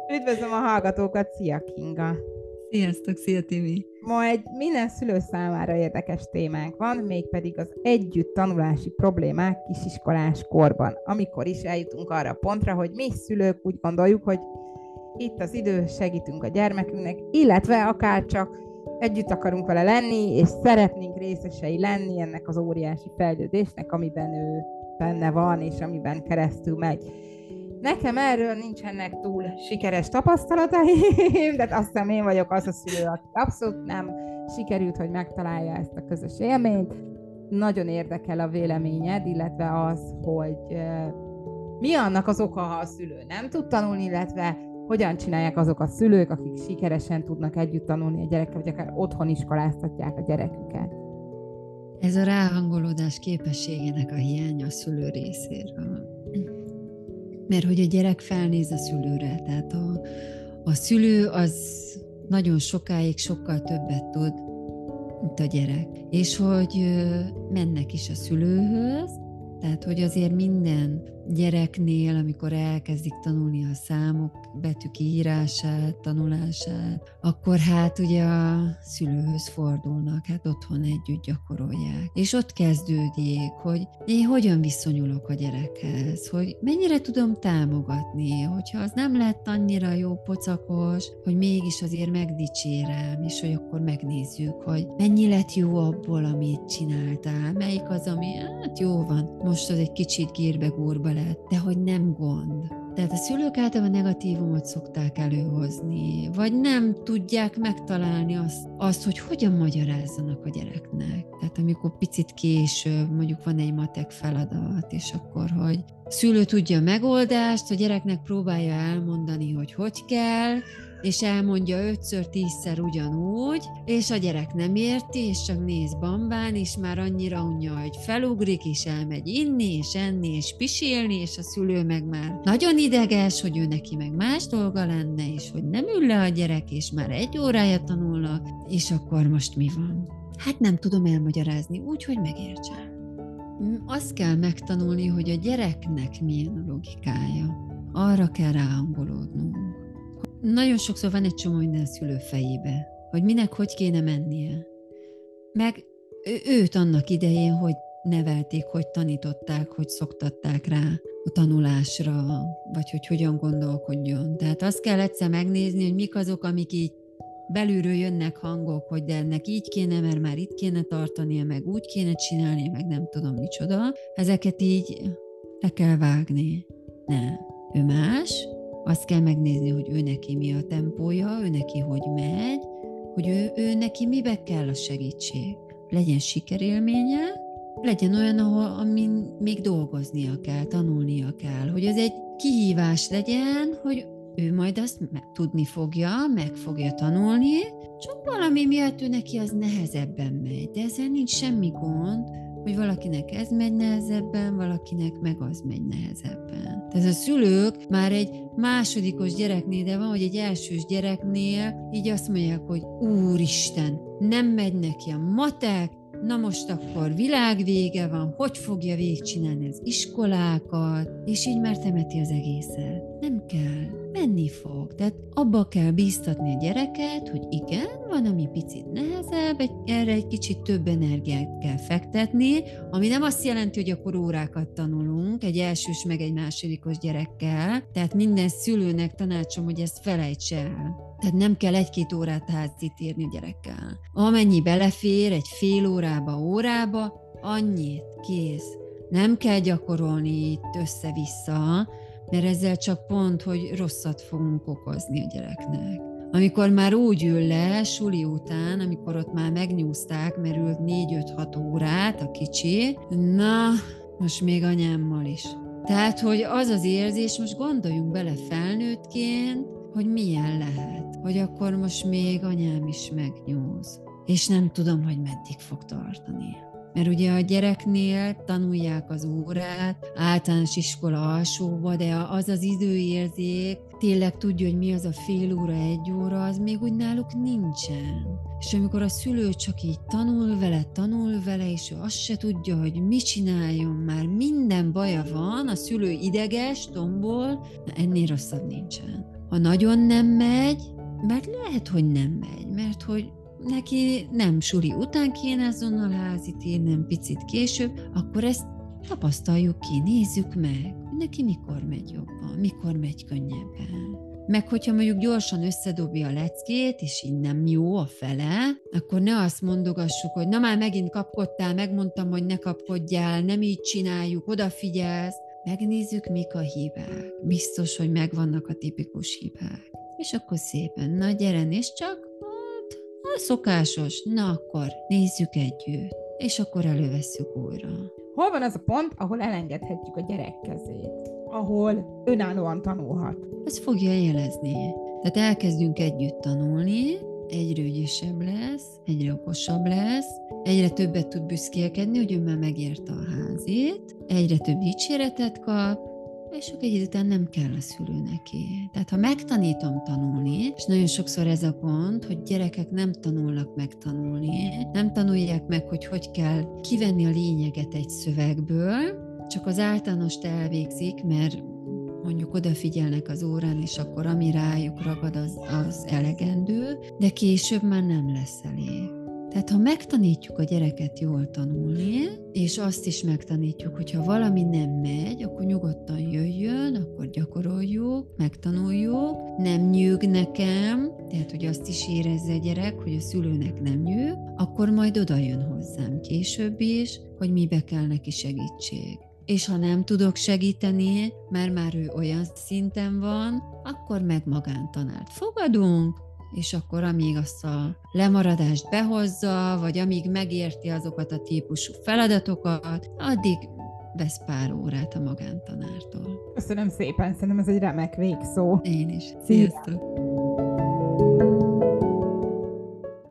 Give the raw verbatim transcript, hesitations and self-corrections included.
Üdvözlöm a hallgatókat, szia Kinga! Sziasztok, szia Tibi! Ma egy minden szülő számára érdekes témánk van, mégpedig az együtt tanulási problémák kisiskolás korban, amikor is eljutunk arra a pontra, hogy mi szülők úgy gondoljuk, hogy itt az idő, segítünk a gyermekünknek, illetve akár csak együtt akarunk vele lenni, és szeretnénk részesei lenni ennek az óriási fejlődésnek, amiben ő benne van, és amiben keresztül megy. Nekem erről nincsenek túl sikeres tapasztalataim, de azt hiszem én vagyok az a szülő, aki abszolút nem sikerült, hogy megtalálja ezt a közös élményt. Nagyon érdekel a véleményed, illetve az, hogy mi annak az oka, ha a szülő nem tud tanulni, illetve hogyan csinálják azok a szülők, akik sikeresen tudnak együtt tanulni a gyerekkel, vagy akár otthon iskoláztatják a gyereküket. Ez a ráhangolódás képességének a hiánya a szülő részéről. Mert hogy a gyerek felnéz a szülőre, tehát a, a szülő az nagyon sokáig sokkal többet tud, mint a gyerek. És hogy mennek is a szülőhöz, tehát hogy azért minden gyereknél, amikor elkezdik tanulni a számok betűk írását, tanulását, akkor hát ugye a szülőhöz fordulnak, hát otthon együtt gyakorolják. És ott kezdődik, hogy én hogyan viszonyulok a gyerekhez, hogy mennyire tudom támogatni, hogyha az nem lett annyira jó pocakos, hogy mégis azért megdicsérem, és hogy akkor megnézzük, hogy mennyi lett jó abból, amit csináltál, melyik az, ami hát jó van, most az egy kicsit gírbe-gúrba lett, de hogy nem gond. Tehát a szülők általában negatívumot szokták előhozni, vagy nem tudják megtalálni azt, azt, hogy hogyan magyarázzanak a gyereknek. Tehát amikor picit később, mondjuk van egy matek feladat, és akkor, hogy a szülő tudja a megoldást, a gyereknek próbálja elmondani, hogy hogy kell, és elmondja ötször, tízszer ugyanúgy, és a gyerek nem érti, és csak néz bambán, és már annyira unja, hogy felugrik, és elmegy inni, és enni, és pisilni, és a szülő meg már nagyon ideges, hogy ő neki meg más dolga lenne, és hogy nem ül le a gyerek, és már egy órája tanulnak, és akkor most mi van? Hát nem tudom elmagyarázni úgy, hogy megértsen. Azt kell megtanulni, hogy a gyereknek milyen a logikája. Arra kell ráhangolódnunk. Nagyon sokszor van egy csomó minden szülő fejébe, hogy minek hogy kéne mennie. Meg őt annak idején, hogy nevelték, hogy tanították, hogy szoktatták rá a tanulásra, vagy hogy hogyan gondolkodjon. Tehát azt kell egyszer megnézni, hogy mik azok, amik így belülről jönnek hangok, hogy de ennek így kéne, mert már itt kéne tartania, meg úgy kéne csinálnia, meg nem tudom micsoda. Ezeket így le kell vágni. Nem. Ő más, azt kell megnézni, hogy ő neki mi a tempója, ő neki hogy megy, hogy ő, ő neki mibe kell a segítség. Legyen sikerélménye, legyen olyan, ahol, amin még dolgoznia kell, tanulnia kell, hogy ez egy kihívás legyen, hogy ő majd azt meg, tudni fogja, meg fogja tanulni, csak valami miatt ő neki az nehezebben megy, de ezzel nincs semmi gond, hogy valakinek ez megy nehezebben, valakinek meg az megy nehezebben. Tehát a szülők már egy másodikos gyereknél, de van, hogy egy elsős gyereknél így azt mondják, hogy Úristen, nem megy neki a matek, na most akkor világvége van, hogy fogja végigcsinálni az iskolákat, és így már temeti az egészet. Nem kell, menni fog. Tehát abba kell bíztatni a gyereket, hogy igen, van, ami picit nehezebb, egy, erre egy kicsit több energiát kell fektetni, ami nem azt jelenti, hogy akkor órákat tanulunk egy elsős meg egy másodikos gyerekkel, tehát minden szülőnek tanácsom, hogy ezt felejts el. Tehát nem kell egy-két órát házit írni a gyerekkel. Amennyi belefér egy fél órába, órába, annyit, kész. Nem kell gyakorolni itt össze-vissza, mert ezzel csak pont, hogy rosszat fogunk okozni a gyereknek. Amikor már úgy ül le, suli után, amikor ott már megnyúzták, mert ült négy-öt-hat órát a kicsi, na, most még anyámmal is. Tehát, hogy az az érzés, most gondoljunk bele felnőttként, hogy milyen lehet, hogy akkor most még anyám is megnyúz, és nem tudom, hogy meddig fog tartani. Mert ugye a gyereknél tanulják az órát, általános iskola alsóba, de az az időérzék, tényleg tudja, hogy mi az a fél óra, egy óra, az még úgy náluk nincsen. És amikor a szülő csak így tanul vele, tanul vele, és ő azt se tudja, hogy mit csináljon, már minden baja van, a szülő ideges, tombol, na ennél rosszabb nincsen. Ha nagyon nem megy, mert lehet, hogy nem megy, mert hogy neki nem suli után kéne azonnal házit írni, nem picit később, akkor ezt tapasztaljuk ki, nézzük meg, hogy neki mikor megy jobban, mikor megy könnyebben. Meg hogyha mondjuk gyorsan összedobja a leckét, és így nem jó a fele, akkor ne azt mondogassuk, hogy na már megint kapkodtál, megmondtam, hogy ne kapkodjál, nem így csináljuk, odafigyelsz. Megnézzük, mik a hibák. Biztos, hogy megvannak a tipikus hibák. És akkor szépen, na gyere, nézd csak, hát, a szokásos, na akkor nézzük együtt. És akkor elővesszük újra. Hol van az a pont, ahol elengedhetjük a gyerek kezét? Ahol önállóan tanulhat? Ez fogja jelezni. Tehát elkezdünk együtt tanulni, egyre ügyesebb lesz, egyre okosabb lesz, egyre többet tud büszkélkedni, hogy ő már megérte a házét, egyre több dicséretet kap, és sok egy idő után nem kell a szülő neki. Tehát ha megtanítom tanulni, és nagyon sokszor ez a pont, hogy gyerekek nem tanulnak megtanulni, nem tanulják meg, hogy hogy kell kivenni a lényeget egy szövegből, csak az általánost elvégzik, mert mondjuk odafigyelnek az órán, és akkor ami rájuk ragad, az, az elegendő, de később már nem lesz elég. Tehát ha megtanítjuk a gyereket jól tanulni, és azt is megtanítjuk, hogy ha valami nem megy, akkor nyugodtan jöjjön, akkor gyakoroljuk, megtanuljuk, nem nyűg nekem, tehát hogy azt is érezze a gyerek, hogy a szülőnek nem nyűg, akkor majd oda jön hozzám később is, hogy mibe kell neki segítség. És ha nem tudok segíteni, mert már ő olyan szinten van, akkor meg magántanárt fogadunk, és akkor amíg azt a lemaradást behozza, vagy amíg megérti azokat a típusú feladatokat, addig vesz pár órát a magántanártól. Köszönöm szépen, szerintem ez egy remek végszó. Én is. Szia. Sziasztok!